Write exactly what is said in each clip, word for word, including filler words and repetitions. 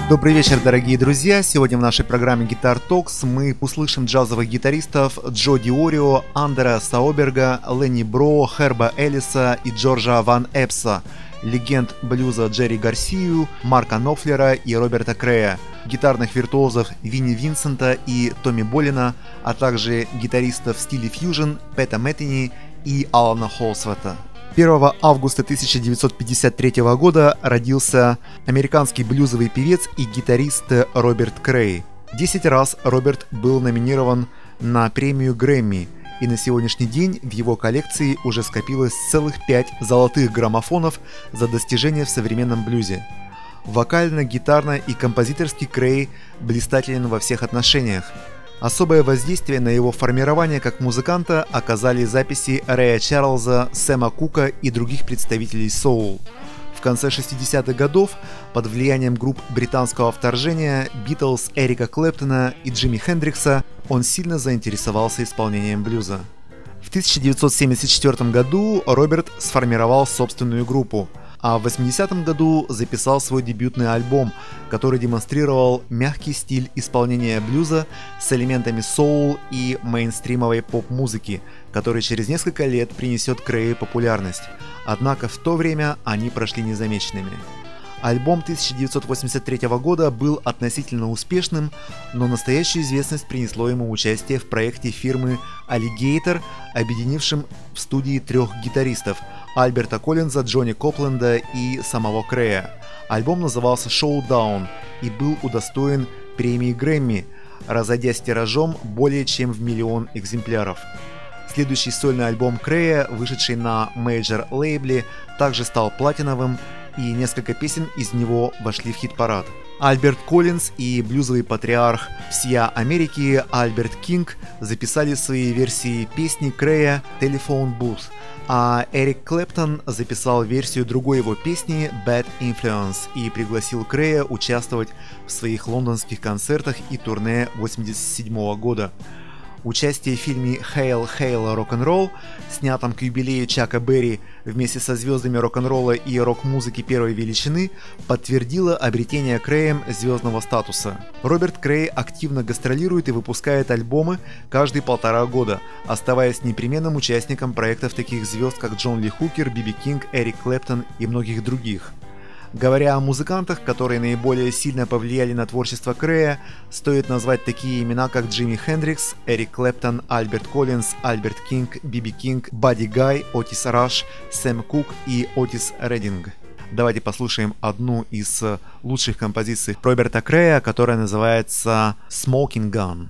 Добрый вечер, дорогие друзья! Сегодня в нашей программе Guitar Talks мы услышим джазовых гитаристов Джо Диорио, Андера Сауберга, Ленни Бро, Херба Эллиса и Джорджа Ван Эпса, легенд блюза Джерри Гарсию, Марка Knopfler и Роберта Крея, гитарных виртуозов Винни Винсента и Томми Болина, а также гитаристов в стиле фьюжн Пэта Мэттини и Алана Холсвета. первого августа тысяча девятьсот пятьдесят третьего года родился американский блюзовый певец и гитарист Роберт Крей. Десять раз Роберт был номинирован на премию Грэмми, и на сегодняшний день в его коллекции уже скопилось целых пять золотых граммофонов за достижения в современном блюзе. Вокально, гитарно и композиторски Крей блистателен во всех отношениях. Особое воздействие на его формирование как музыканта оказали записи Рэя Чарльза, Сэма Кука и других представителей соул. В конце шестидесятых годов под влиянием групп британского вторжения Битлз, Эрика Клэптона и Джимми Хендрикса он сильно заинтересовался исполнением блюза. В тысяча девятьсот семьдесят четвёртом году Роберт сформировал собственную группу, а в восьмидесятом году записал свой дебютный альбом, который демонстрировал мягкий стиль исполнения блюза с элементами соул и мейнстримовой поп-музыки, который через несколько лет принесет Крею популярность. Однако в то время они прошли незамеченными. Альбом тысяча девятьсот восемьдесят третьего года был относительно успешным, но настоящую известность принесло ему участие в проекте фирмы Alligator, объединившем в студии трех гитаристов – Альберта Коллинза, Джонни Копленда и самого Крея. Альбом назывался «Showdown» и был удостоен премии Грэмми, разойдясь тиражом более чем в миллион экземпляров. Следующий сольный альбом Крея, вышедший на мейджор-лейбле, также стал платиновым, и несколько песен из него вошли в хит-парад. Альберт Коллинз и блюзовый патриарх всея Америки Альберт Кинг записали свои версии песни Крея «Telephone Booth», а Эрик Клэптон записал версию другой его песни «Bad Influence» и пригласил Крея участвовать в своих лондонских концертах и турне восемьдесят седьмого года. Участие в фильме «Hail, Hail, Rock'n'Roll», снятом к юбилею Чака Берри вместе со звездами рок-н-ролла и рок-музыки первой величины, подтвердило обретение Креем звездного статуса. Роберт Крей активно гастролирует и выпускает альбомы каждые полтора года, оставаясь непременным участником проектов таких звезд, как Джон Ли Хукер, Би Би Кинг, Эрик Клэптон и многих других. Говоря о музыкантах, которые наиболее сильно повлияли на творчество Крея, стоит назвать такие имена, как Джимми Хендрикс, Эрик Клэптон, Альберт Коллинз, Альберт Кинг, Би Би Кинг, Бадди Гай, Отис Раш, Сэм Кук и Отис Реддинг. Давайте послушаем одну из лучших композиций Роберта Крея, которая называется «Smoking Gun».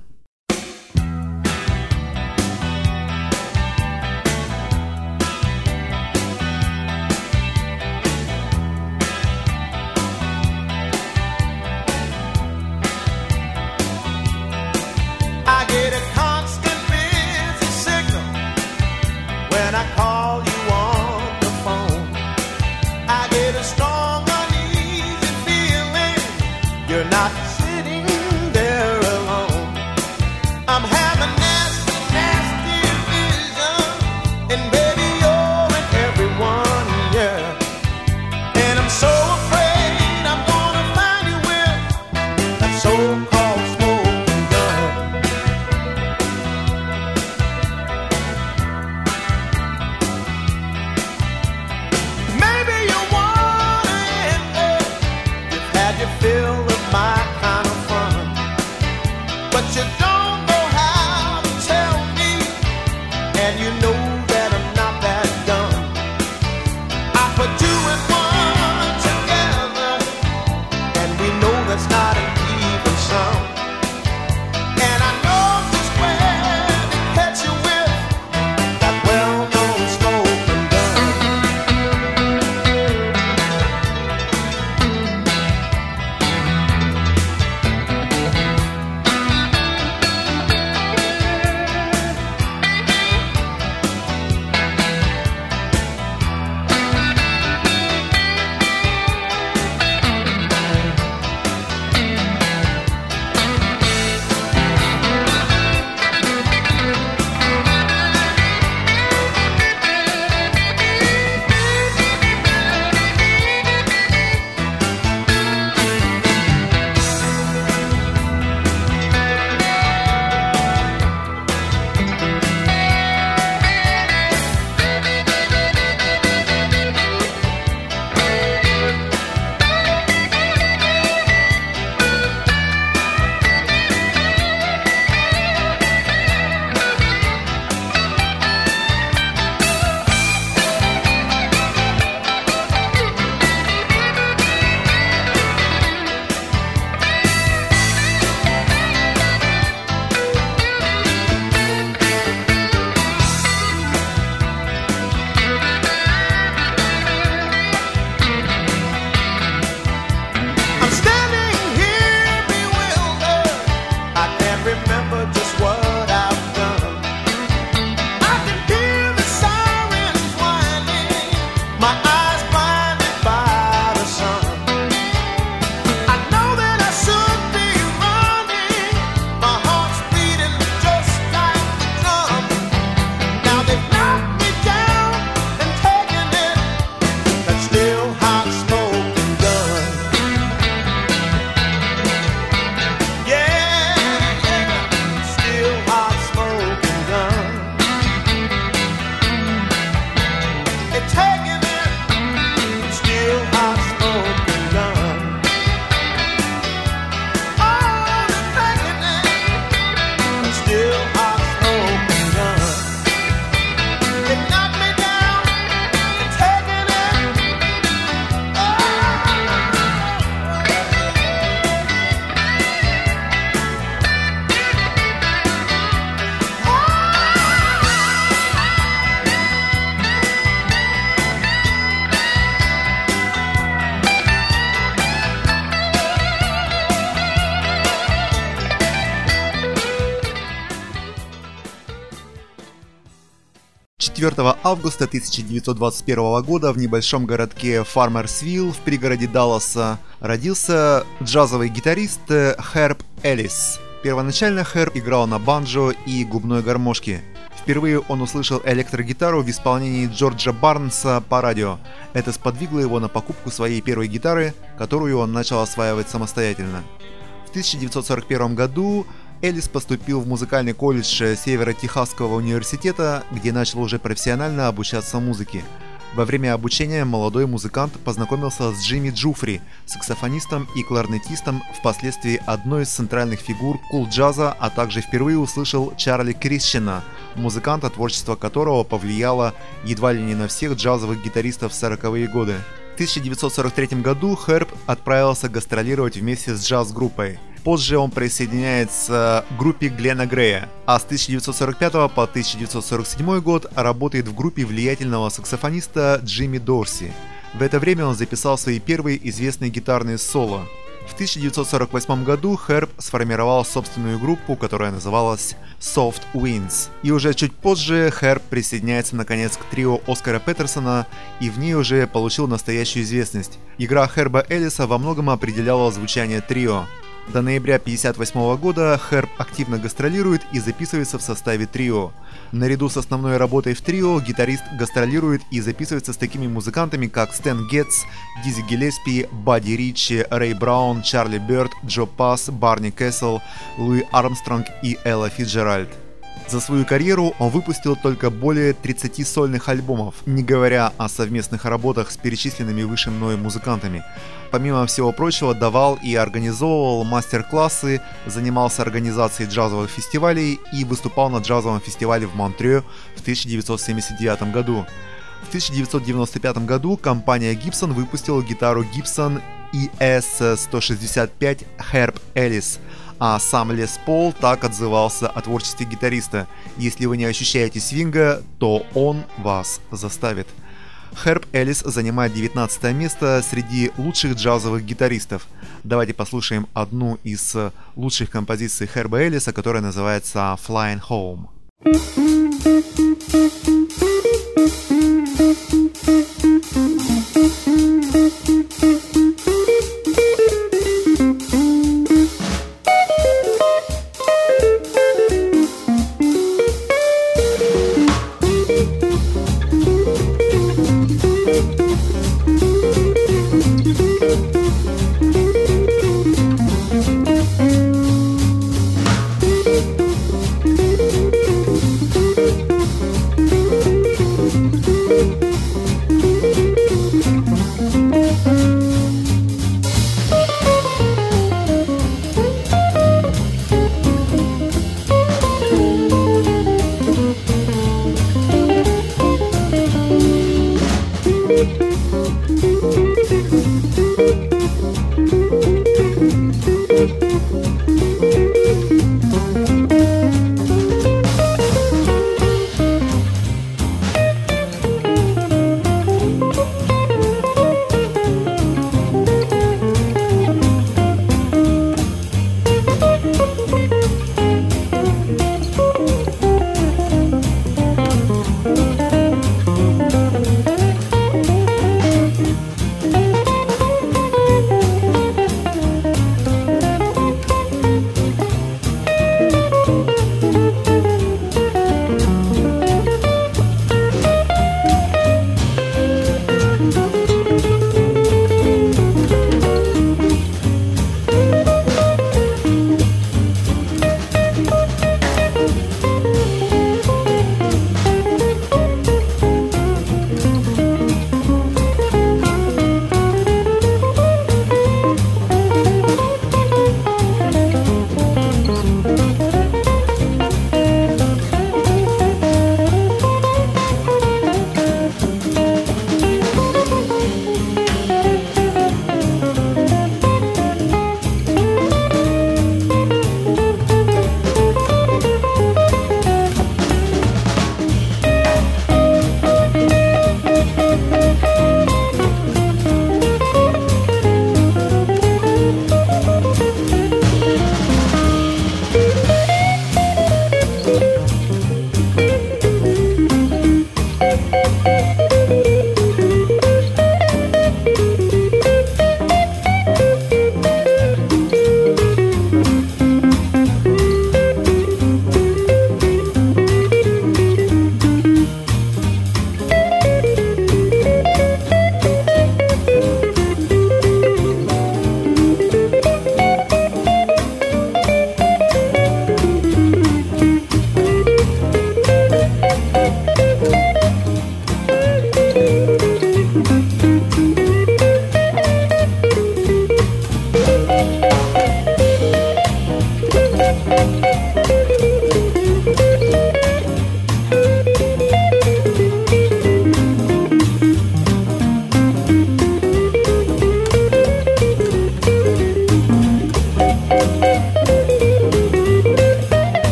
четвёртого августа тысяча девятьсот двадцать первого года в небольшом городке Фармерсвилл в пригороде Далласа родился джазовый гитарист Херб Эллис. Первоначально Херб играл на банджо и губной гармошке. Впервые он услышал электрогитару в исполнении Джорджа Барнса по радио. Это сподвигло его на покупку своей первой гитары, которую он начал осваивать самостоятельно. В тысяча девятьсот сорок первом году Эллис поступил в музыкальный колледж Северо-Техасского университета, где начал уже профессионально обучаться музыке. Во время обучения молодой музыкант познакомился с Джимми Джуфри, саксофонистом и кларнетистом, впоследствии одной из центральных фигур кул-джаза, а также впервые услышал Чарли Кришчена, музыканта, творчество которого повлияло едва ли не на всех джазовых гитаристов в сороковые годы. В тысяча девятьсот сорок третьем году Херб отправился гастролировать вместе с джаз-группой. Позже он присоединяется к группе Глена Грея, а с тысяча девятьсот сорок пятого по тысяча девятьсот сорок седьмой год работает в группе влиятельного саксофониста Джимми Дорси. В это время он записал свои первые известные гитарные соло. В тысяча девятьсот сорок восьмом году Херб сформировал собственную группу, которая называлась Soft Winds. И уже чуть позже Херб присоединяется наконец к трио Оскара Петерсона и в ней уже получил настоящую известность. Игра Херба Эллиса во многом определяла звучание трио. До ноября тысяча девятьсот пятьдесят восьмого года Херб активно гастролирует и записывается в составе трио. Наряду с основной работой в трио гитарист гастролирует и записывается с такими музыкантами, как Стэн Гетц, Дизи Гиллеспи, Бадди Ричи, Рэй Браун, Чарли Бёрд, Джо Пасс, Барни Кэссел, Луи Армстронг и Элла Фицджеральд. За свою карьеру он выпустил только более тридцати сольных альбомов, не говоря о совместных работах с перечисленными выше мной музыкантами. Помимо всего прочего, давал и организовывал мастер-классы, занимался организацией джазовых фестивалей и выступал на джазовом фестивале в Монтрео в тысяча девятьсот семьдесят девятом году. В тысяча девятьсот девяносто пятом году компания Gibson выпустила гитару Gibson и эс сто шестьдесят пять Herb Ellis, а сам Лес Пол так отзывался о творчестве гитариста: «Если вы не ощущаете свинга, то он вас заставит». Херб Эллис занимает девятнадцатое место среди лучших джазовых гитаристов. Давайте послушаем одну из лучших композиций Херба Эллиса, которая называется «Flying Home».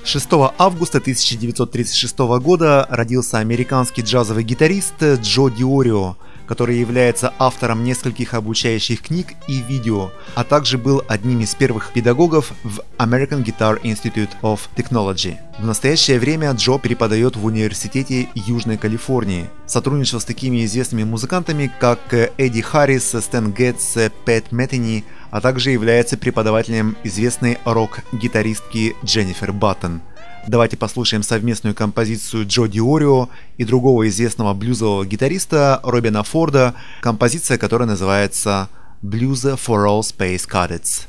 шестого августа тысяча девятьсот тридцать шестого года родился американский джазовый гитарист Джо Диорио, который является автором нескольких обучающих книг и видео, а также был одним из первых педагогов в American Guitar Institute of Technology. В настоящее время Джо преподает в Университете Южной Калифорнии. Сотрудничал с такими известными музыкантами, как Эдди Харрис, Стэн Гетц, Пэт Мэттини, а также является преподавателем известной рок-гитаристки Дженнифер Баттон. Давайте послушаем совместную композицию Джо Диорио и другого известного блюзового гитариста Робина Форда, композиция, которая называется «Blues for All Space Cadets».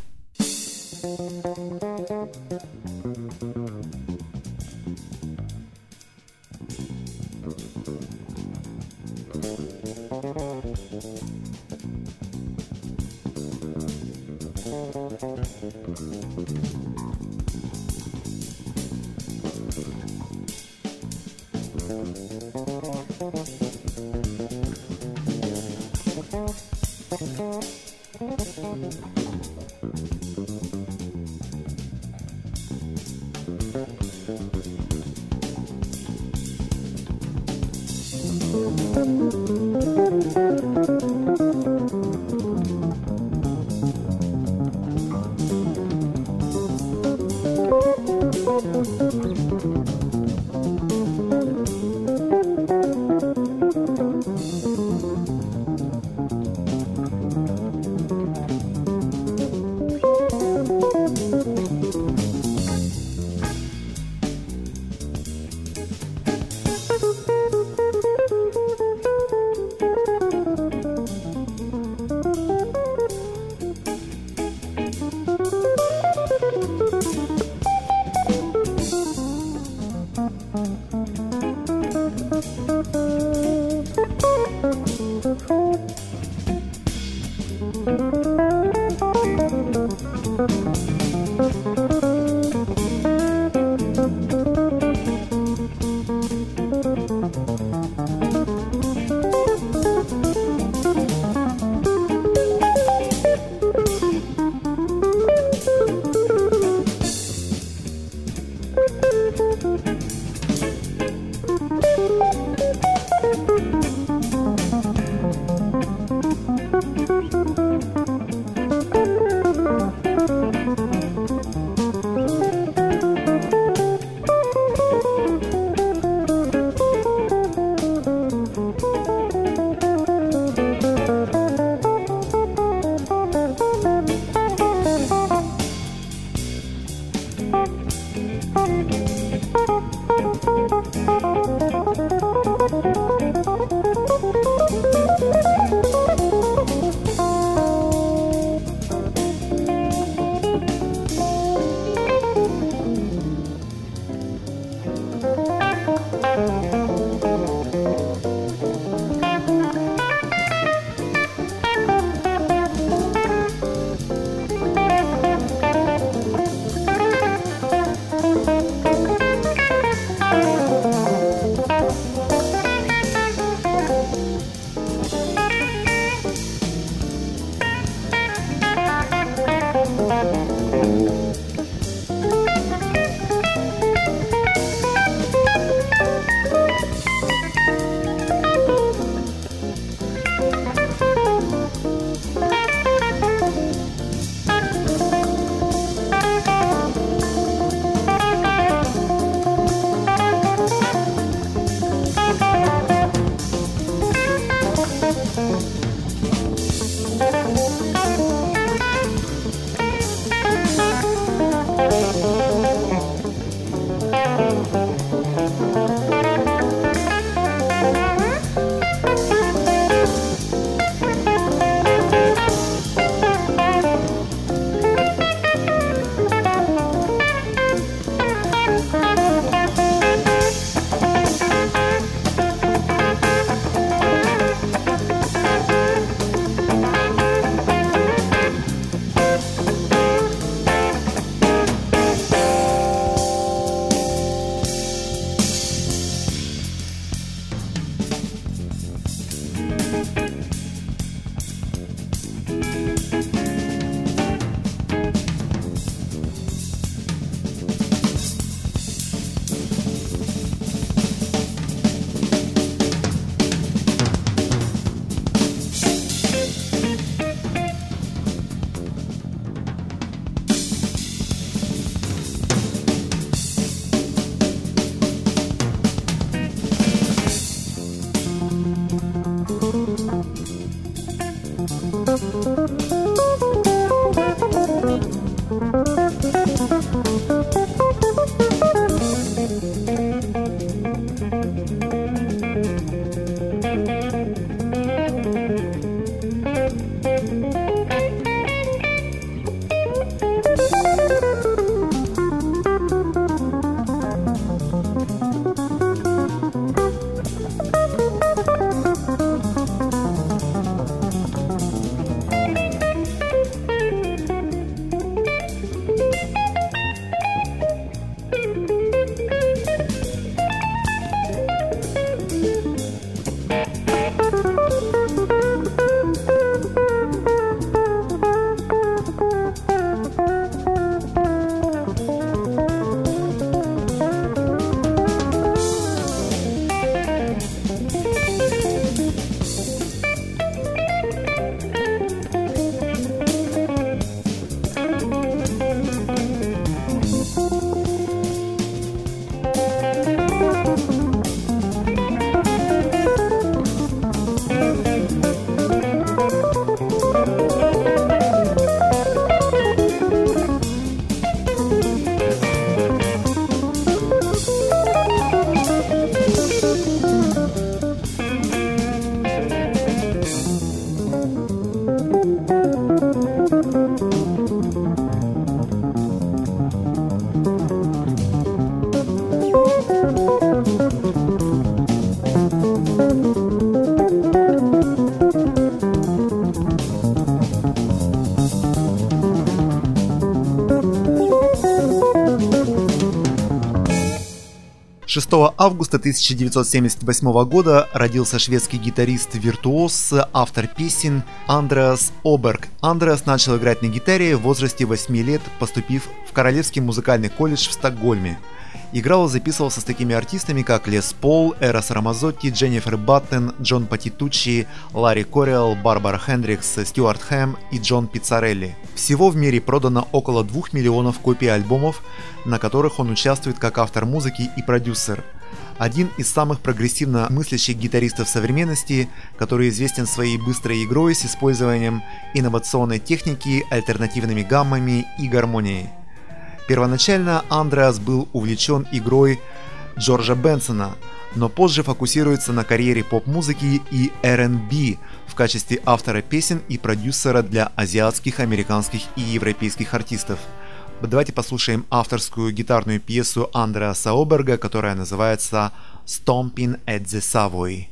шестого августа тысяча девятьсот семьдесят восьмого года родился шведский гитарист-виртуоз, автор песен Андреас Оберг. Андреас начал играть на гитаре в возрасте восьми лет, поступив в Королевский музыкальный колледж в Стокгольме. Играл и записывался с такими артистами, как Лес Пол, Эрос Рамазотти, Дженнифер Баттен, Джон Патитуччи, Ларри Кориэл, Барбара Хендрикс, Стюарт Хэм и Джон Пиццарелли. Всего в мире продано около двух миллионов копий альбомов, на которых он участвует как автор музыки и продюсер. Один из самых прогрессивно мыслящих гитаристов современности, который известен своей быстрой игрой с использованием инновационной техники, альтернативными гаммами и гармонией. Первоначально Андреас был увлечен игрой Джорджа Бенсона, но позже фокусируется на карьере поп-музыки и эр энд би в качестве автора песен и продюсера для азиатских, американских и европейских артистов. Давайте послушаем авторскую гитарную пьесу Андреаса Оберга, которая называется «Stomping at the Savoy».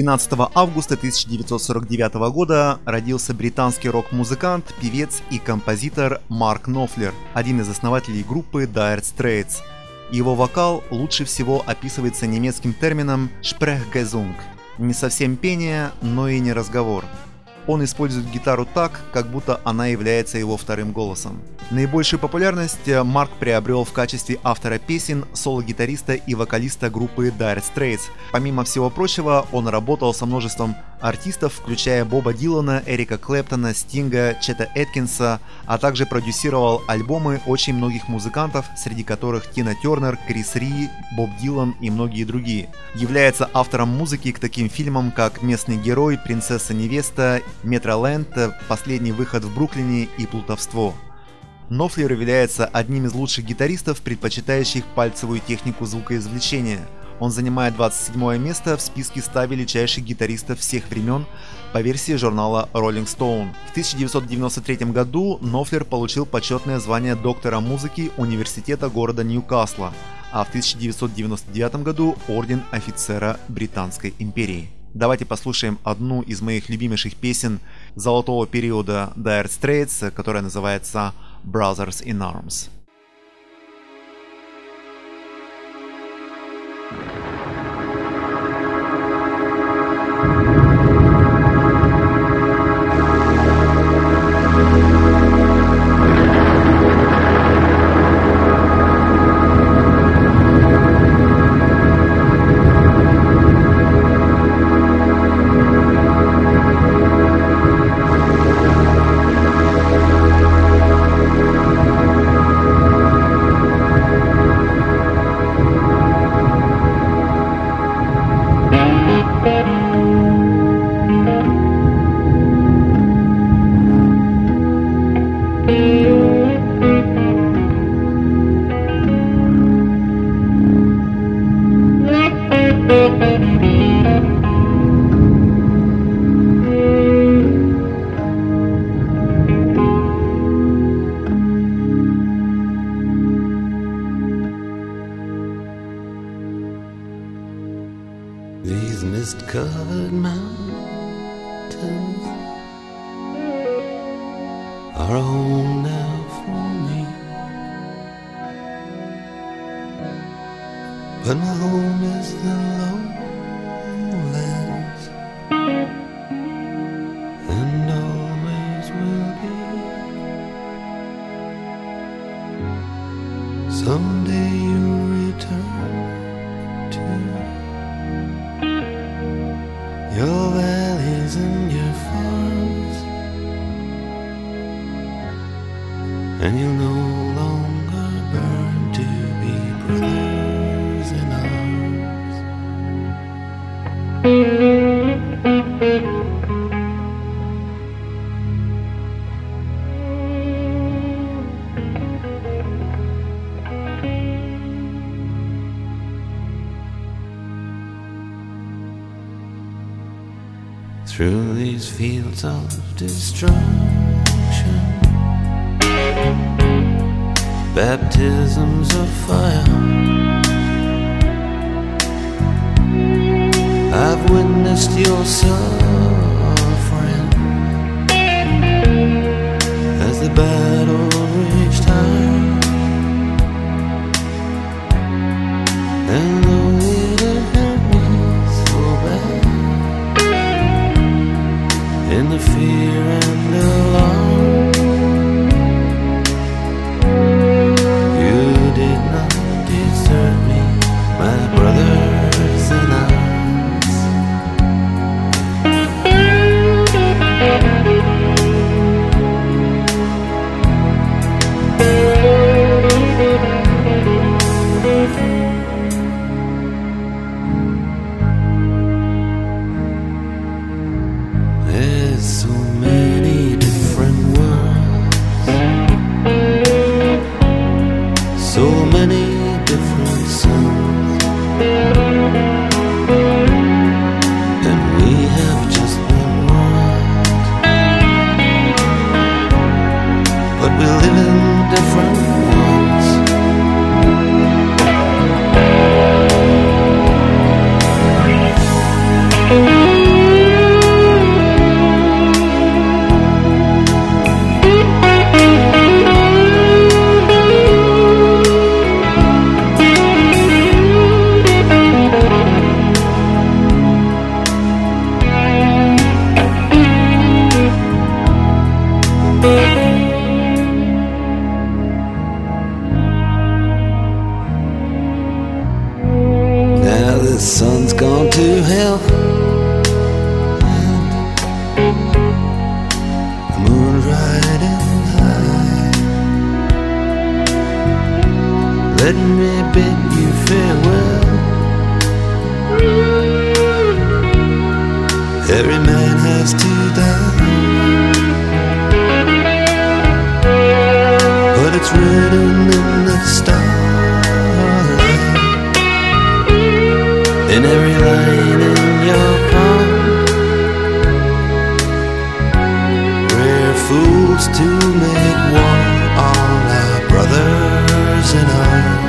двенадцатого августа тысяча девятьсот сорок девятого года родился британский рок-музыкант, певец и композитор Марк Knopfler, один из основателей группы Dire Straits. Его вокал лучше всего описывается немецким термином «Sprechgesang» – не совсем пение, но и не разговор. Он использует гитару так, как будто она является его вторым голосом. Наибольшую популярность Марк приобрел в качестве автора песен, соло-гитариста и вокалиста группы Dire Straits. Помимо всего прочего, он работал со множеством артистов, включая Боба Дилана, Эрика Клэптона, Стинга, Чета Эткинса, а также продюсировал альбомы очень многих музыкантов, среди которых Тина Тернер, Крис Ри, Боб Дилан и многие другие. Является автором музыки к таким фильмам, как «Местный герой», «Принцесса-невеста», «Метроленд», «Последний выход в Бруклине» и «Плутовство». Knopfler является одним из лучших гитаристов, предпочитающих пальцевую технику звукоизвлечения. Он занимает двадцать седьмое место в списке ста величайших гитаристов всех времен по версии журнала Rolling Stone. В тысяча девятьсот девяносто третьем году Knopfler получил почетное звание доктора музыки университета города Ньюкасла, а в тысяча девятьсот девяносто девятом году орден офицера Британской империи. Давайте послушаем одну из моих любимейших песен золотого периода Dire Straits, которая называется Brothers in Arms. These mist-covered mountains are a home now for me, but my home is the lowlands, and always will be. Someday you'll return to your valleys and your farms, and you'll no longer burn to be brothers in arms. Through these fields of destruction, baptisms of fire, I've witnessed your suffering as the battle raged high, and though it had hurt me so bad, in the fear and alarm, you did not desert me, my brothers in arms. There's so many different worlds, so many different suns, and we have just been one, but we live in different ones. Now the sun's gone to hell, the moon's riding high. Let me bid you farewell. Every man has to die, but it's written in the stars, in every line in your palm. We're fools to make war on our brothers in arms.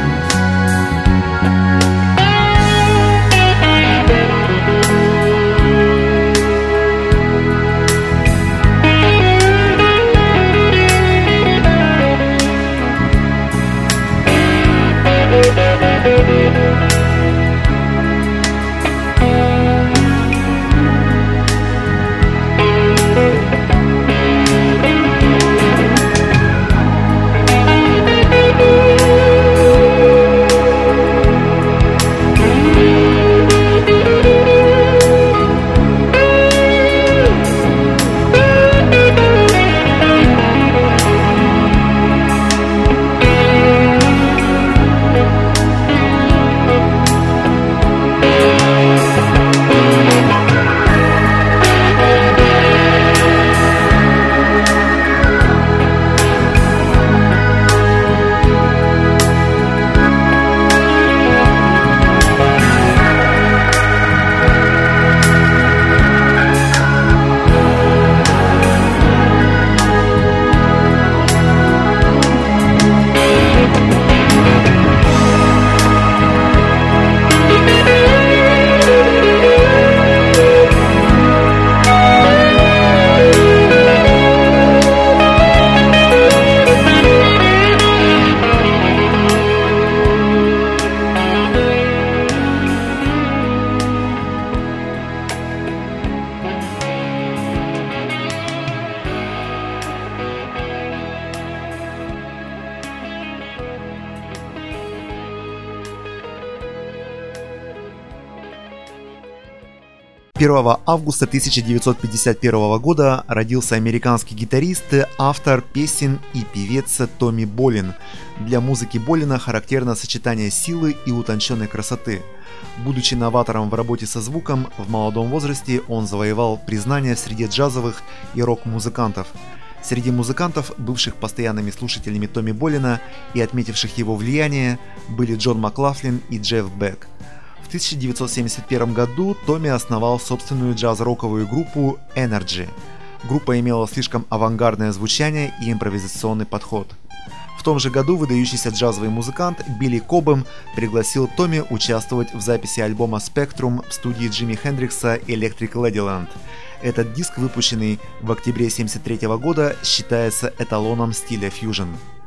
первого августа тысяча девятьсот пятьдесят первого года родился американский гитарист, автор песен и певец Томми Болин. Для музыки Болина характерно сочетание силы и утонченной красоты. Будучи новатором в работе со звуком, в молодом возрасте он завоевал признание среди джазовых и рок-музыкантов. Среди музыкантов, бывших постоянными слушателями Томми Болина и отметивших его влияние, были Джон Маклафлин и Джефф Бек. В тысяча девятьсот семьдесят первом году Томми основал собственную джаз-роковую группу Energy. Группа имела слишком авангардное звучание и импровизационный подход. В том же году выдающийся джазовый музыкант Билли Кобэм пригласил Томми участвовать в записи альбома Spectrum в студии Джимми Хендрикса Electric Ladyland. Этот диск, выпущенный в октябре тысяча девятьсот семьдесят третьего года, считается эталоном стиля фьюжн.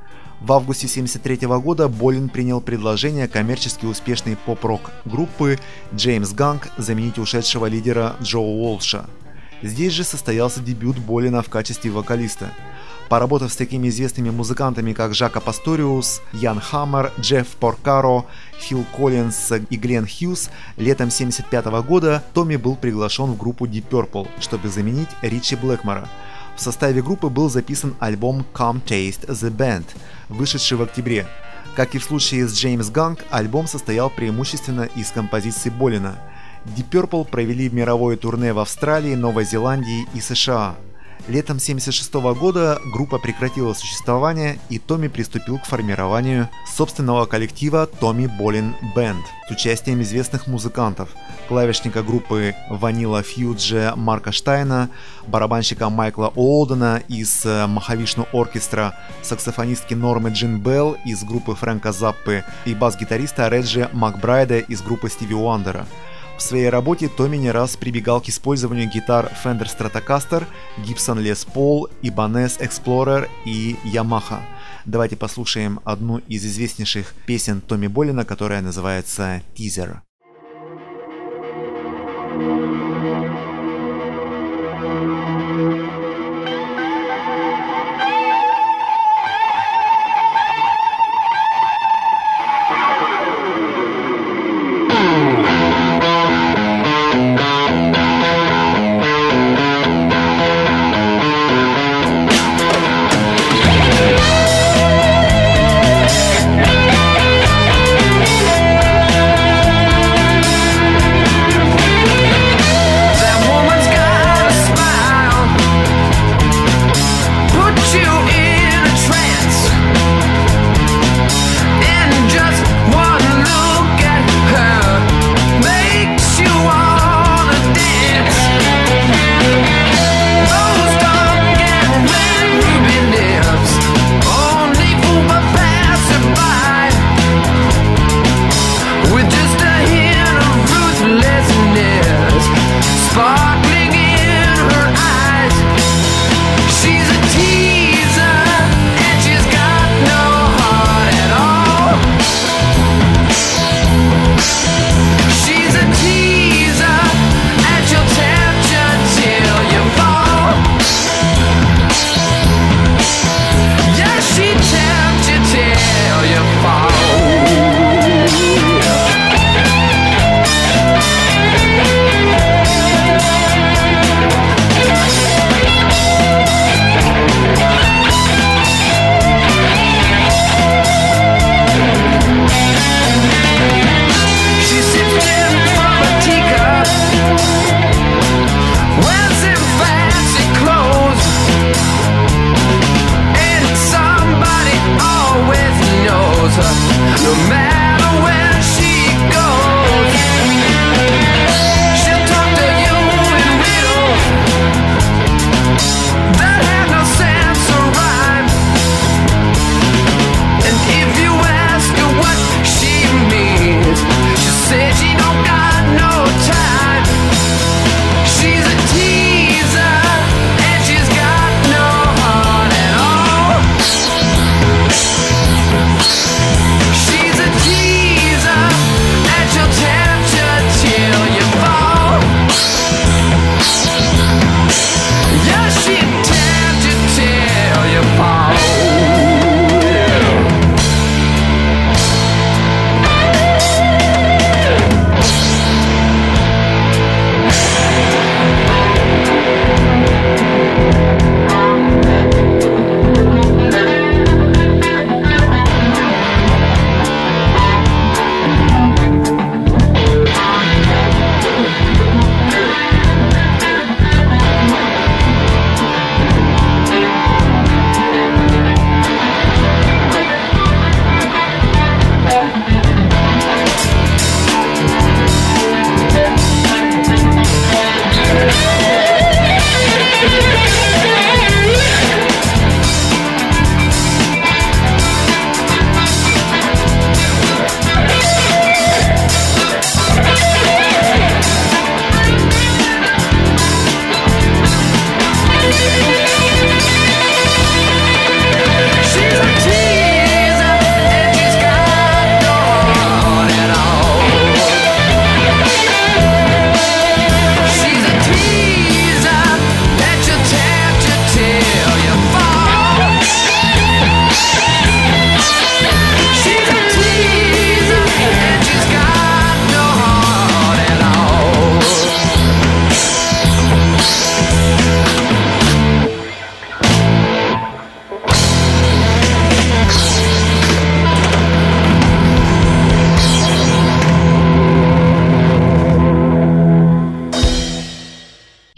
В августе тысяча девятьсот семьдесят третьего года Болин принял предложение коммерчески успешной поп-рок группы Джеймс Ганг заменить ушедшего лидера Джо Уолша. Здесь же состоялся дебют Болина в качестве вокалиста. Поработав с такими известными музыкантами, как Жако Пасториус, Ян Хаммер, Джефф Поркаро, Фил Коллинз и Глен Хьюз, летом тысяча девятьсот семьдесят пятого года Томми был приглашен в группу Deep Purple, чтобы заменить Ричи Блэкмора. В составе группы был записан альбом Come Taste the Band, вышедший в октябре. Как и в случае с Джеймс Ганг, альбом состоял преимущественно из композиций Болина. Deep Purple провели мировое турне в Австралии, Новой Зеландии и США. Летом тысяча девятьсот семьдесят шестого года группа прекратила существование, и Томми приступил к формированию собственного коллектива Tommy Bolin Band с участием известных музыкантов: клавишника группы Vanilla Fudge Марка Штайна, барабанщика Майкла Уолдена из Mahavishnu Orchestra, саксофонистки Нормы Джин Белл из группы Фрэнка Заппы и бас-гитариста Реджи Макбрайда из группы Стиви Уандера. В своей работе Томми не раз прибегал к использованию гитар Fender Stratocaster, Gibson Les Paul, Ibanez Explorer и Yamaha. Давайте послушаем одну из известнейших песен Томми Болина, которая называется «Teaser».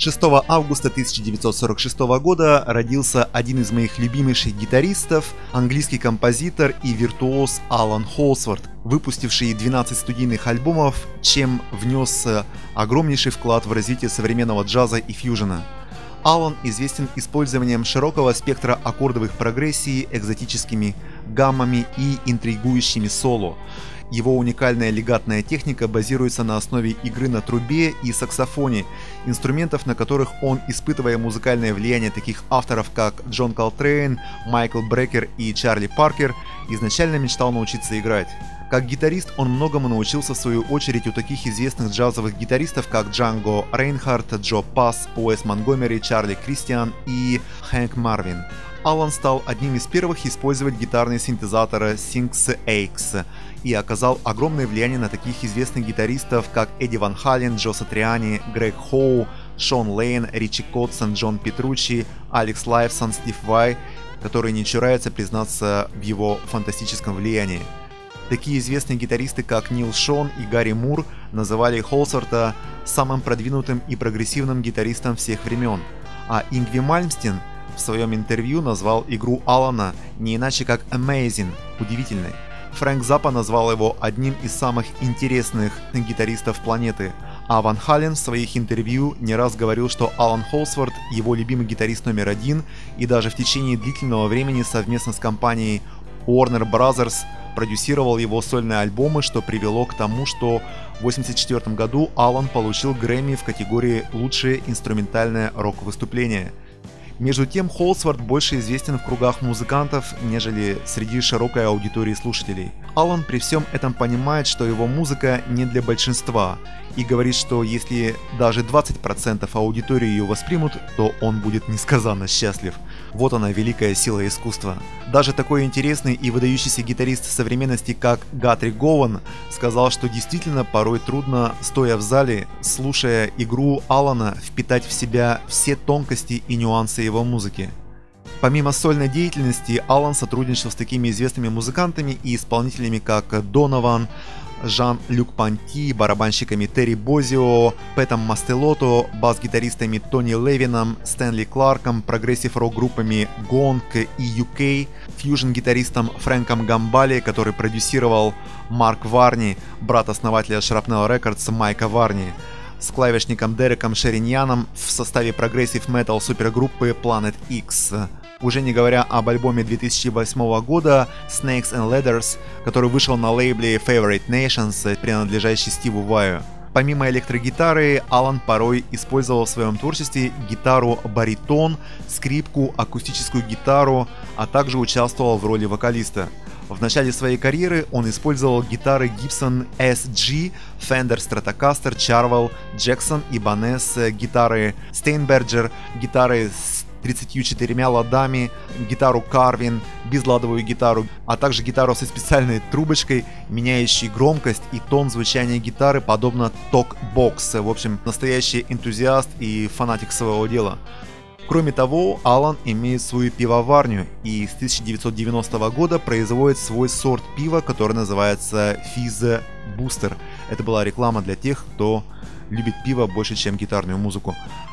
шестого августа тысяча девятьсот сорок шестого года родился один из моих любимейших гитаристов, английский композитор и виртуоз Алан Холсворт, выпустивший двенадцать студийных альбомов, чем внес огромнейший вклад в развитие современного джаза и фьюжена. Алан известен использованием широкого спектра аккордовых прогрессий, экзотическими гаммами и интригующими соло. Его уникальная легатная техника базируется на основе игры на трубе и саксофоне, инструментов, на которых он, испытывая музыкальное влияние таких авторов, как Джон Колтрейн, Майкл Брекер и Чарли Паркер, изначально мечтал научиться играть. Как гитарист он многому научился в свою очередь у таких известных джазовых гитаристов, как Джанго Рейнхард, Джо Пасс, Уэс Монгомери, Чарли Кристиан и Хэнк Марвин. Алан стал одним из первых использовать гитарные синтезаторы Synths X и оказал огромное влияние на таких известных гитаристов, как Эдди Ван Хален, Джо Сатриани, Грег Хоу, Шон Лейн, Ричи Котсон, Джон Петруччи, Алекс Лайфсон, Стив Вай, которые не чураются признаться в его фантастическом влиянии. Такие известные гитаристы, как Нил Шон и Гарри Мур, называли Холсворта самым продвинутым и прогрессивным гитаристом всех времен, а Ингви Мальмстен в своем интервью назвал игру Алана не иначе как amazing, удивительной. Фрэнк Заппа назвал его одним из самых интересных гитаристов планеты, а Ван Хален в своих интервью не раз говорил, что Алан Холсворт – его любимый гитарист номер один, и даже в течение длительного времени совместно с компанией Warner Brothers продюсировал его сольные альбомы, что привело к тому, что в восемьдесят четвёртом году Алан получил Грэмми в категории «Лучшее инструментальное рок-выступление». Между тем, Холсворт больше известен в кругах музыкантов, нежели среди широкой аудитории слушателей. Алан при всем этом понимает, что его музыка не для большинства, и говорит, что если даже двадцать процентов аудитории ее воспримут, то он будет несказанно счастлив. Вот она, великая сила искусства. Даже такой интересный и выдающийся гитарист современности, как Гатри Гован, сказал, что действительно порой трудно, стоя в зале, слушая игру Алана, впитать в себя все тонкости и нюансы его музыки. Помимо сольной деятельности, Алан сотрудничал с такими известными музыкантами и исполнителями, как Донован, Жан-Люк Понти, барабанщиками Терри Бозио, Пэтом Мастелото, бас-гитаристами Тони Левином, Стэнли Кларком, прогрессив-рок-группами Гонг и ю кей, фьюжн-гитаристом Фрэнком Гамбали, который продюсировал Марк Варни, брат основателя Shrapnel Records Майка Варни, с клавишником Дереком Шериньяном в составе прогрессив-метал супергруппы Planet X. Уже не говоря об альбоме две тысячи восьмого года Snakes and Ladders, который вышел на лейбле Favorite Nations, принадлежащий Стиву Ваю. Помимо электрогитары, Алан порой использовал в своем творчестве гитару-баритон, скрипку, акустическую гитару, а также участвовал в роли вокалиста. В начале своей карьеры он использовал гитары Gibson эс джи, Fender Stratocaster, Charvel, Jackson и Ibanez, гитары Steinberger, гитары с тридцатью четырьмя ладами, гитару Carvin, безладовую гитару, а также гитару со специальной трубочкой, меняющей громкость и тон звучания гитары, подобно Talkbox. В общем, настоящий энтузиаст и фанатик своего дела. Кроме того, Алан имеет свою пивоварню и с тысяча девятьсот девяностого года производит свой сорт пива, который называется Fizz Booster. Это была реклама для тех, кто любит пиво больше, чем гитарную музыку.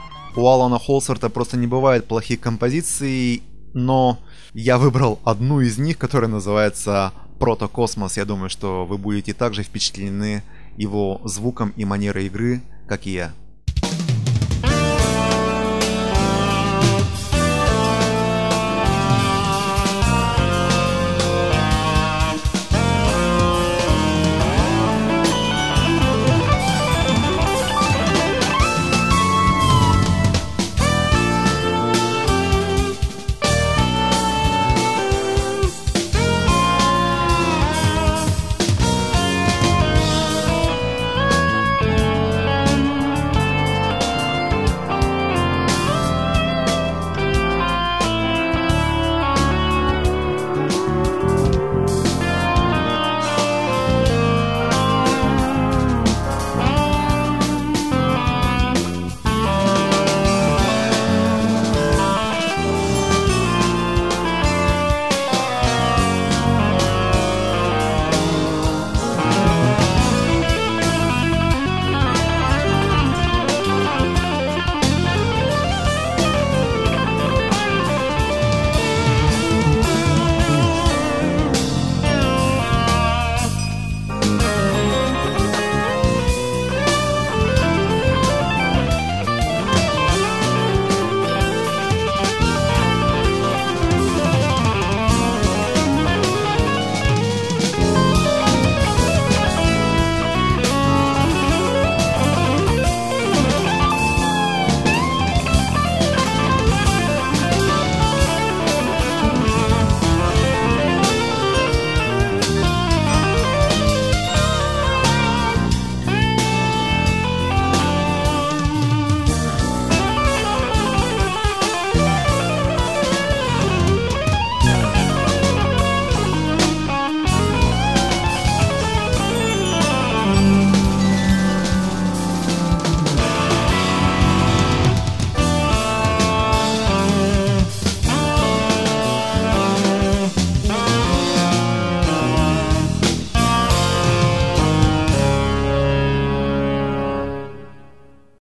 У Алана Холсворта просто не бывает плохих композиций, но я выбрал одну из них, которая называется Протокосмос. Я думаю, что вы будете также впечатлены его звуком и манерой игры, как и я.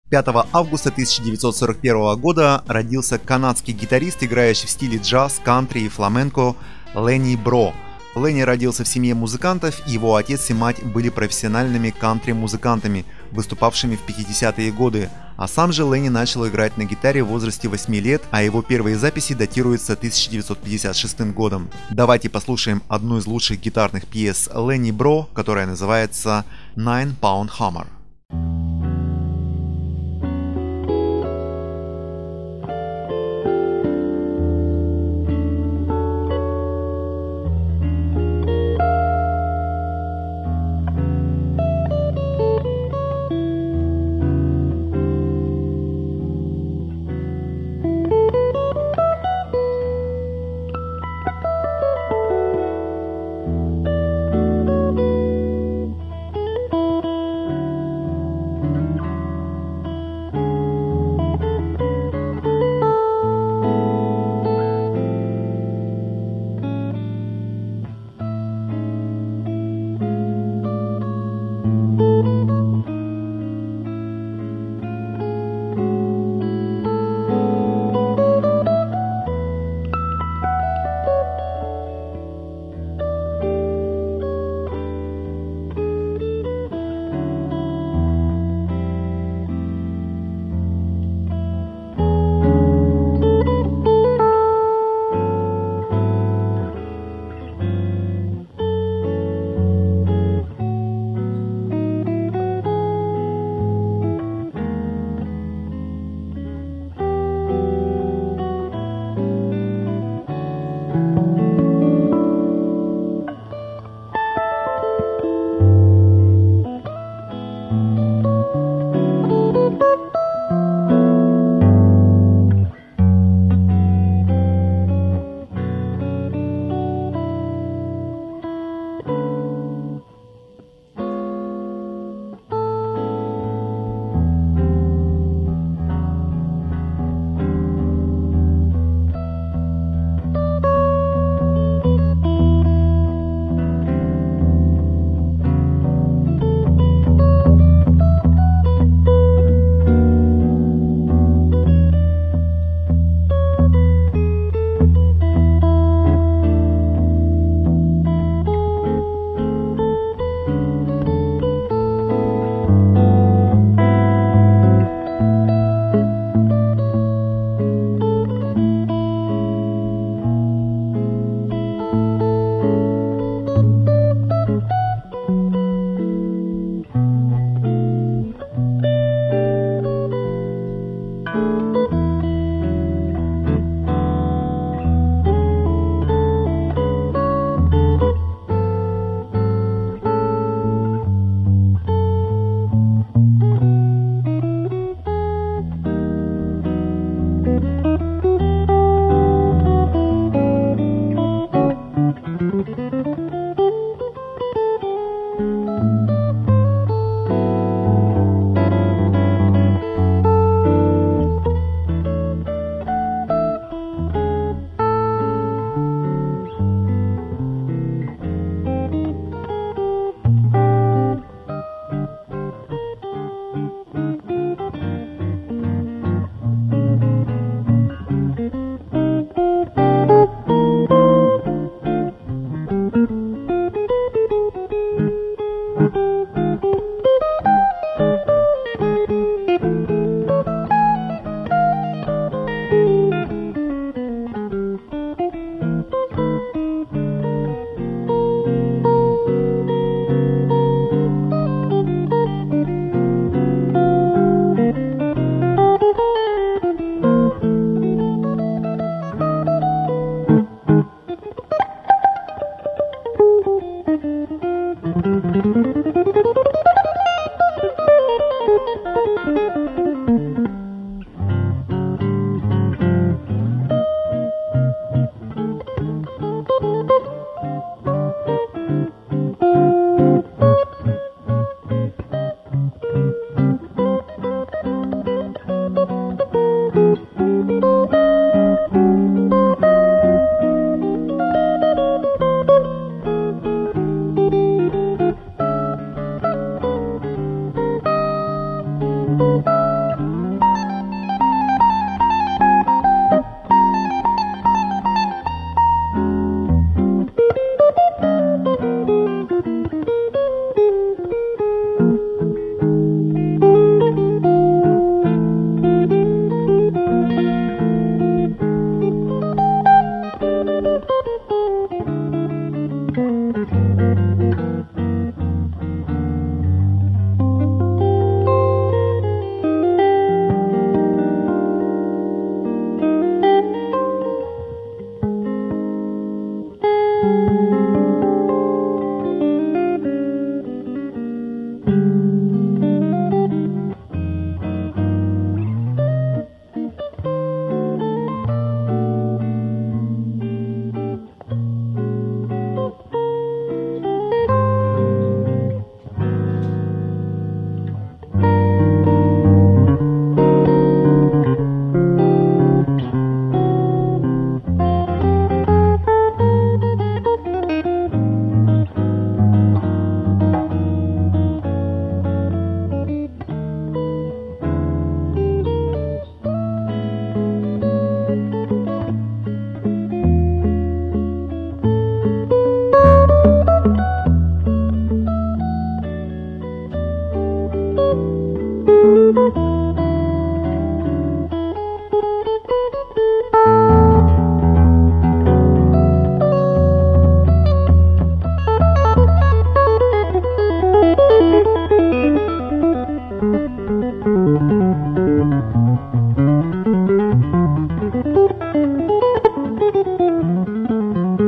пятого августа тысяча девятьсот сорок первого года родился канадский гитарист, играющий в стиле джаз, кантри и фламенко Ленни Бро. Ленни родился в семье музыкантов, и его отец и мать были профессиональными кантри-музыкантами, выступавшими в пятидесятые годы. А сам же Ленни начал играть на гитаре в возрасте восьми лет, а его первые записи датируются тысяча девятьсот пятьдесят шестым годом. Давайте послушаем одну из лучших гитарных пьес Ленни Бро, которая называется Nine Pound Hammer.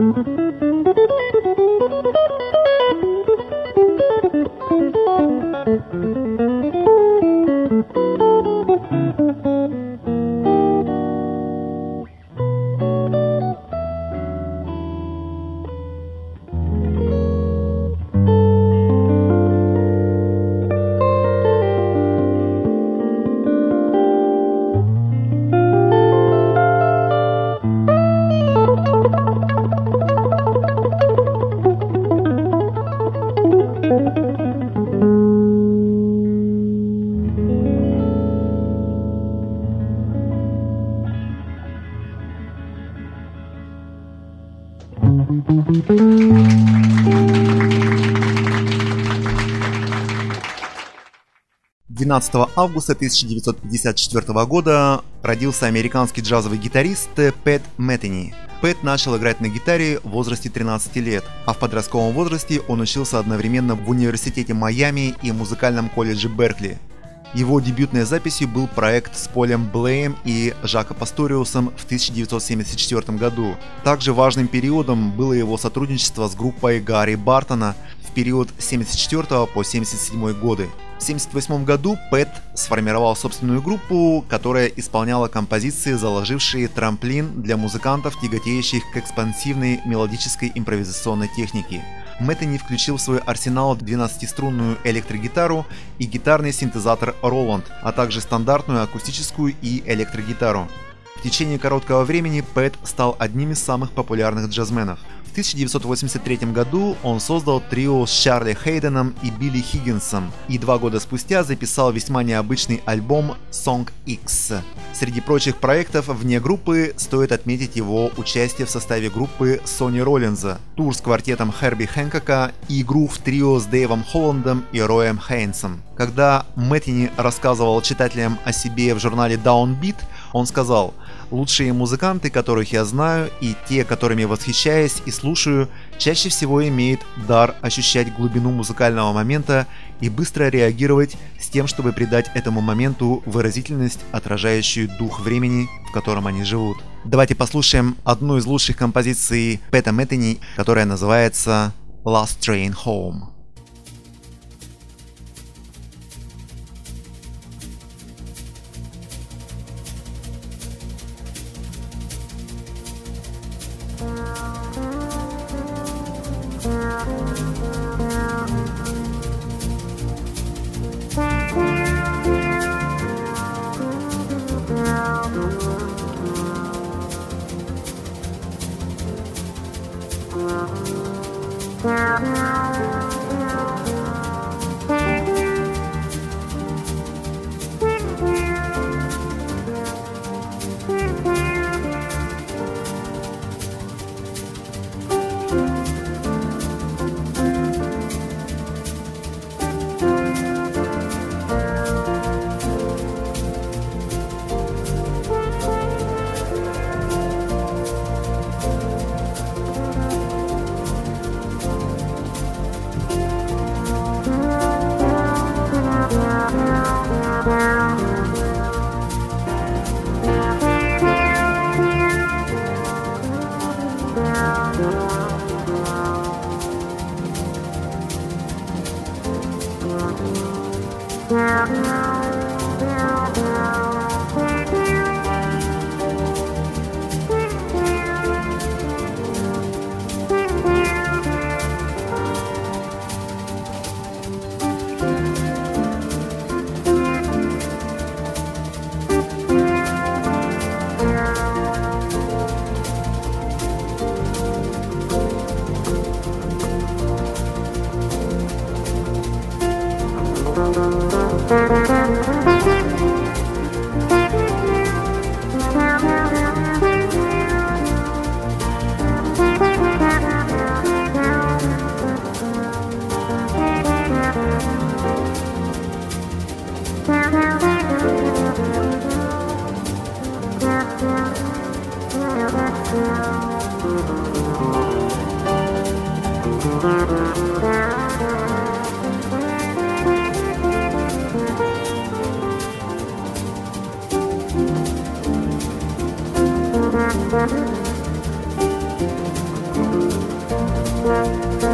двенадцатого августа тысяча девятьсот пятьдесят четвёртого года родился американский джазовый гитарист Пэт Мэттини. Пэт начал играть на гитаре в возрасте тринадцати лет, а в подростковом возрасте он учился одновременно в университете Майами и музыкальном колледже Беркли. Его дебютной записью был проект с Полем Блеем и Жако Пасториусом в тысяча девятьсот семьдесят четвёртом году. Также важным периодом было его сотрудничество с группой Гарри Бартона в период с семьдесят четвёртого по семьдесят седьмой годы. В семьдесят восьмом году Пэт сформировал собственную группу, которая исполняла композиции, заложившие трамплин для музыкантов, тяготеющих к экспансивной мелодической импровизационной технике. Мэттини включил в свой арсенал двенадцатиструнную электрогитару и гитарный синтезатор Roland, а также стандартную акустическую и электрогитару. В течение короткого времени Пэт стал одним из самых популярных джазменов. В тысяча девятьсот восемьдесят третьем году он создал трио с Чарли Хейденом и Билли Хиггинсом и два года спустя записал весьма необычный альбом Song X. Среди прочих проектов вне группы стоит отметить его участие в составе группы Сони Роллинза, тур с квартетом Херби Хэнкока и игру в трио с Дэйвом Холландом и Роем Хейнсом. Когда Мэттини рассказывал читателям о себе в журнале Downbeat, он сказал: «Лучшие музыканты, которых я знаю, и те, которыми восхищаюсь и слушаю, чаще всего имеют дар ощущать глубину музыкального момента и быстро реагировать с тем, чтобы придать этому моменту выразительность, отражающую дух времени, в котором они живут». Давайте послушаем одну из лучших композиций Пэта Мэттини, которая называется «Last Train Home». Thank you.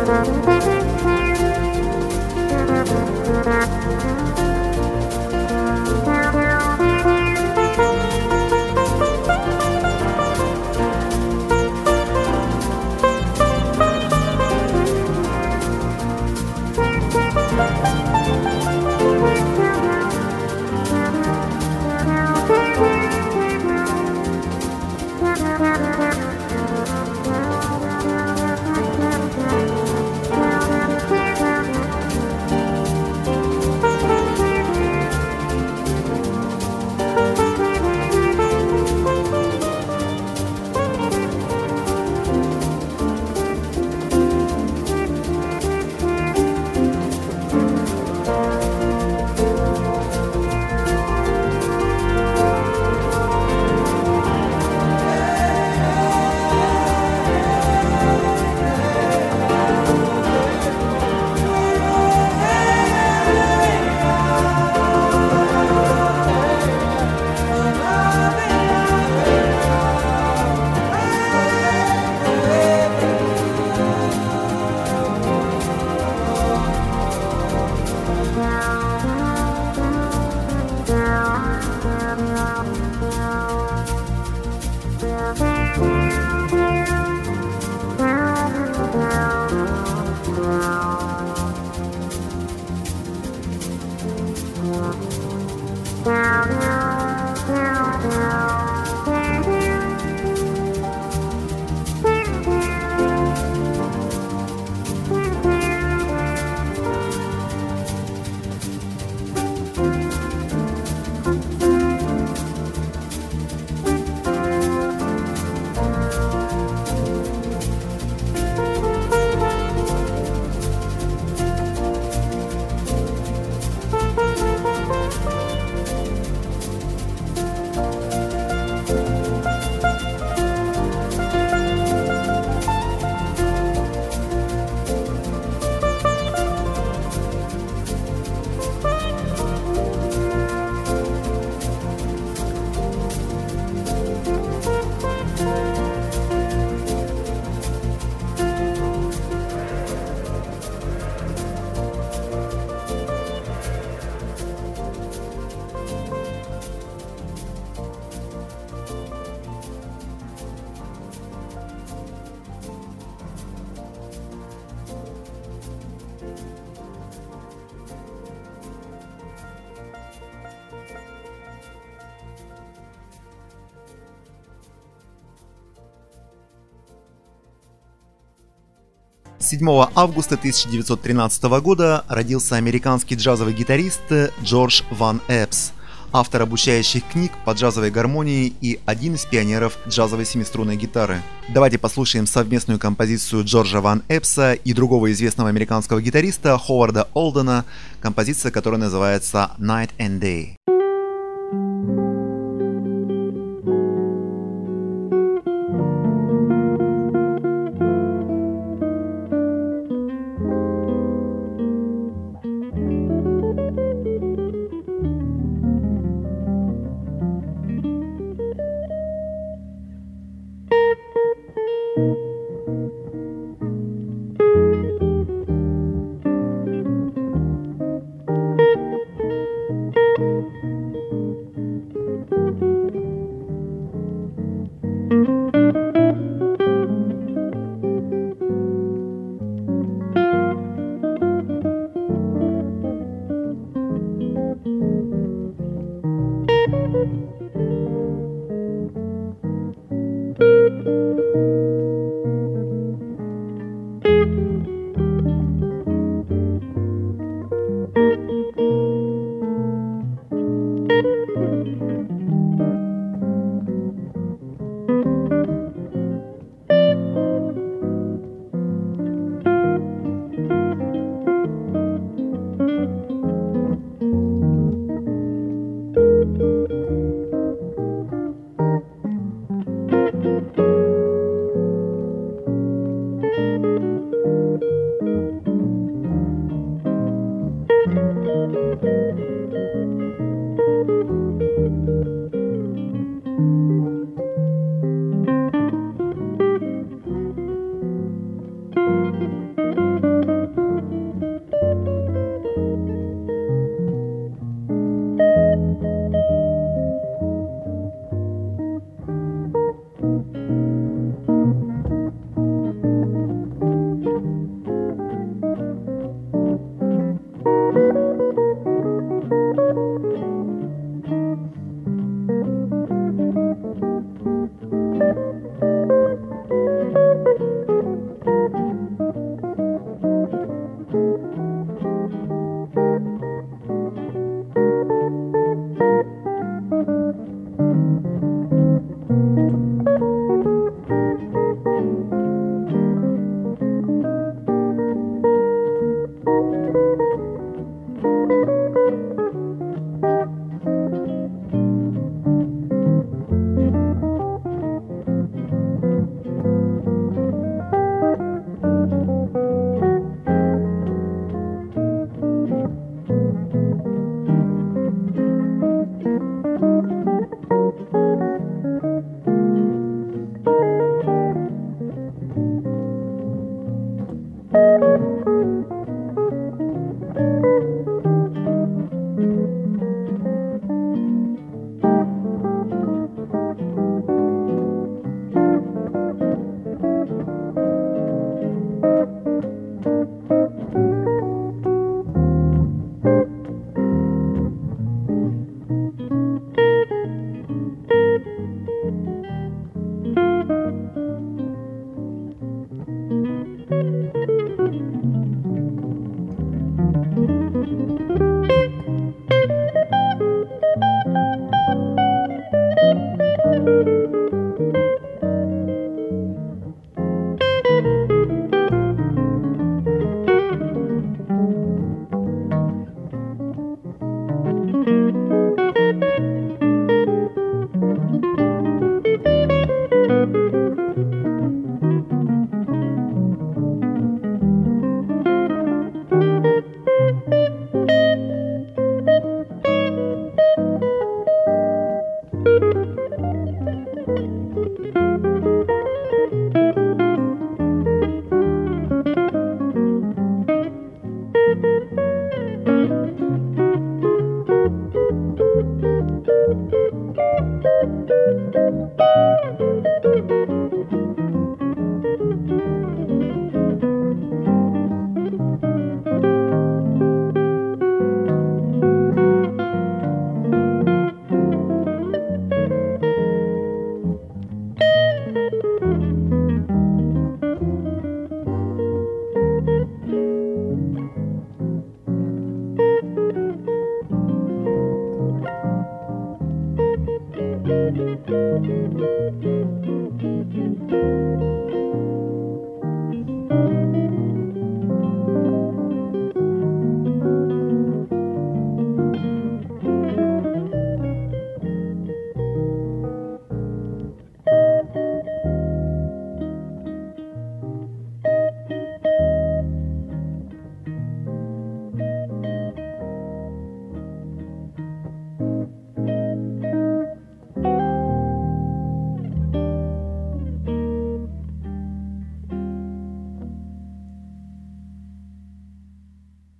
седьмого августа тысяча девятьсот тринадцатого года родился американский джазовый гитарист Джордж Ван Эпс, автор обучающих книг по джазовой гармонии и один из пионеров джазовой семиструнной гитары. Давайте послушаем совместную композицию Джорджа Ван Эпса и другого известного американского гитариста Ховарда Олдена, композиция, которая называется «Night and Day».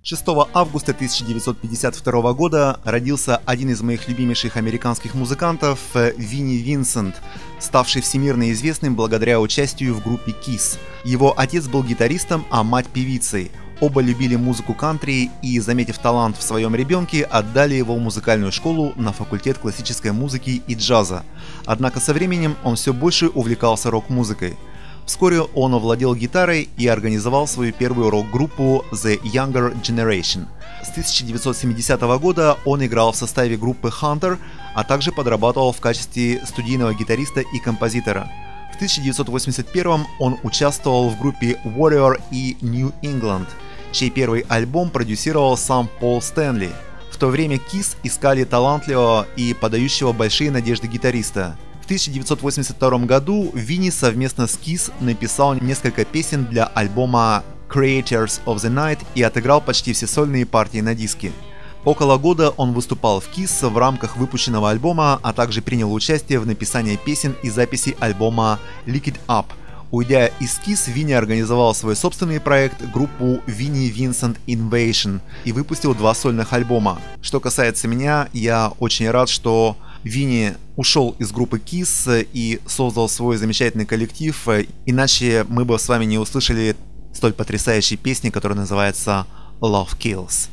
шестого августа тысяча девятьсот пятьдесят второго года родился один из моих любимейших американских музыкантов Винни Винсент, ставший всемирно известным благодаря участию в группе Kiss. Его отец был гитаристом, а мать певицей. Оба любили музыку кантри и, заметив талант в своем ребенке, отдали его в музыкальную школу на факультет классической музыки и джаза. Однако со временем он все больше увлекался рок-музыкой. Вскоре он овладел гитарой и организовал свою первую рок-группу The Younger Generation. С тысяча девятьсот семидесятого года он играл в составе группы Hunter, а также подрабатывал в качестве студийного гитариста и композитора. В тысяча девятьсот восемьдесят первом он участвовал в группе Warrior и New England, чей первый альбом продюсировал сам Пол Стэнли. В то время Kiss искали талантливого и подающего большие надежды гитариста. В тысяча девятьсот восемьдесят втором году Винни совместно с Kiss написал несколько песен для альбома Creators of the Night и отыграл почти все сольные партии на диске. Около года он выступал в Kiss в рамках выпущенного альбома, а также принял участие в написании песен и записи альбома Lick It Up. Уйдя из Kiss, Винни организовал свой собственный проект, группу Винни Винсент Invasion, и выпустил два сольных альбома. Что касается меня, я очень рад, что Винни ушел из группы Kiss и создал свой замечательный коллектив, иначе мы бы с вами не услышали столь потрясающей песни, которая называется Love Kills.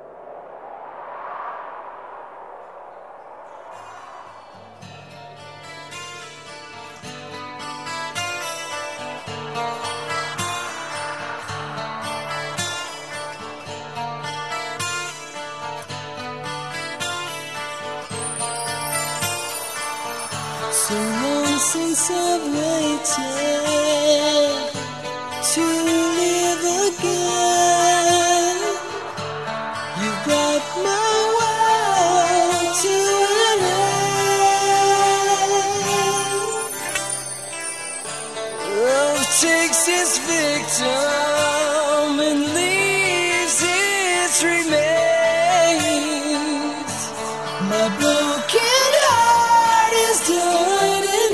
So long since I've waited to live again. You brought my world to an end. Love takes its victim and leaves its remains. My broken heart is done in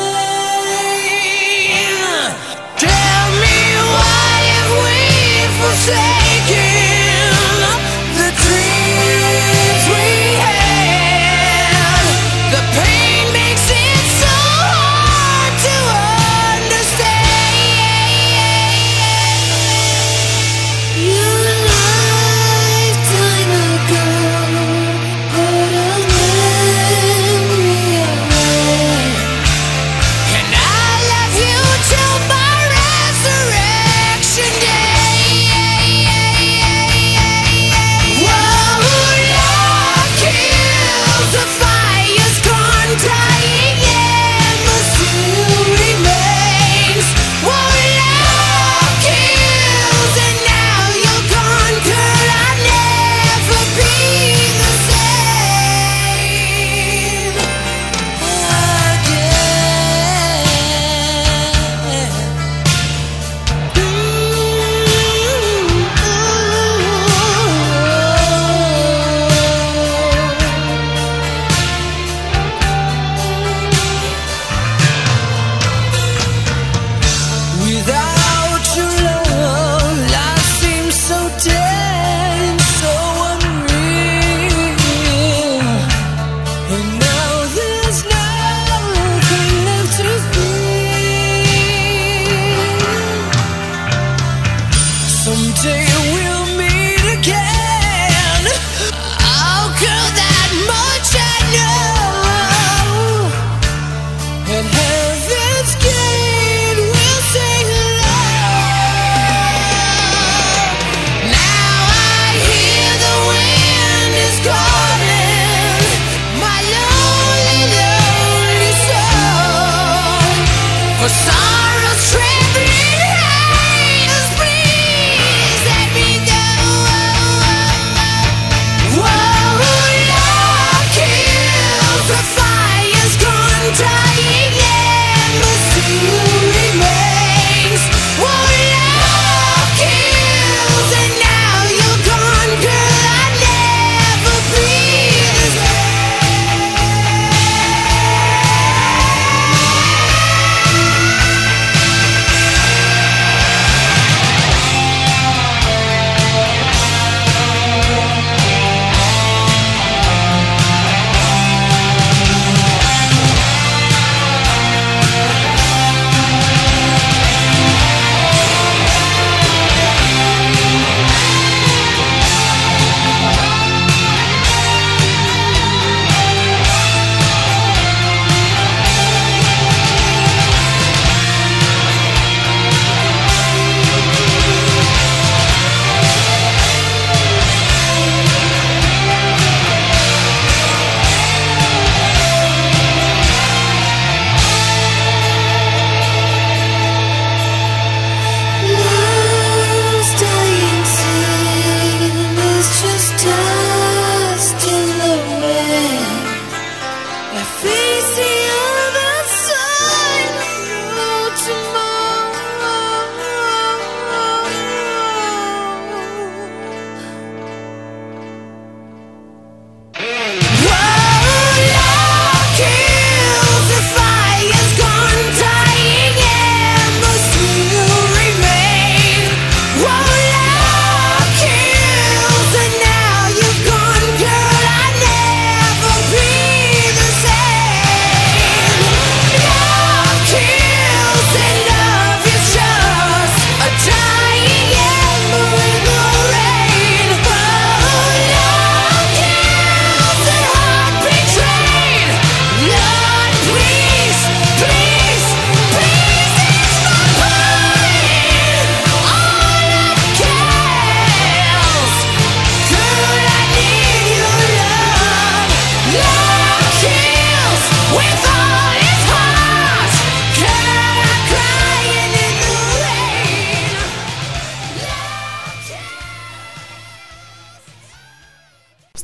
vain. Tell me why have we forsaken the dreams we had? The pain makes it so hard to understand. Your life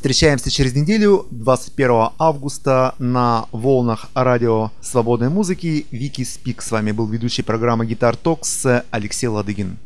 Встречаемся через неделю, двадцать первого августа, на волнах радио свободной музыки Вики Спик. С вами был ведущий программы Guitar Talks Алексей Ладыгин.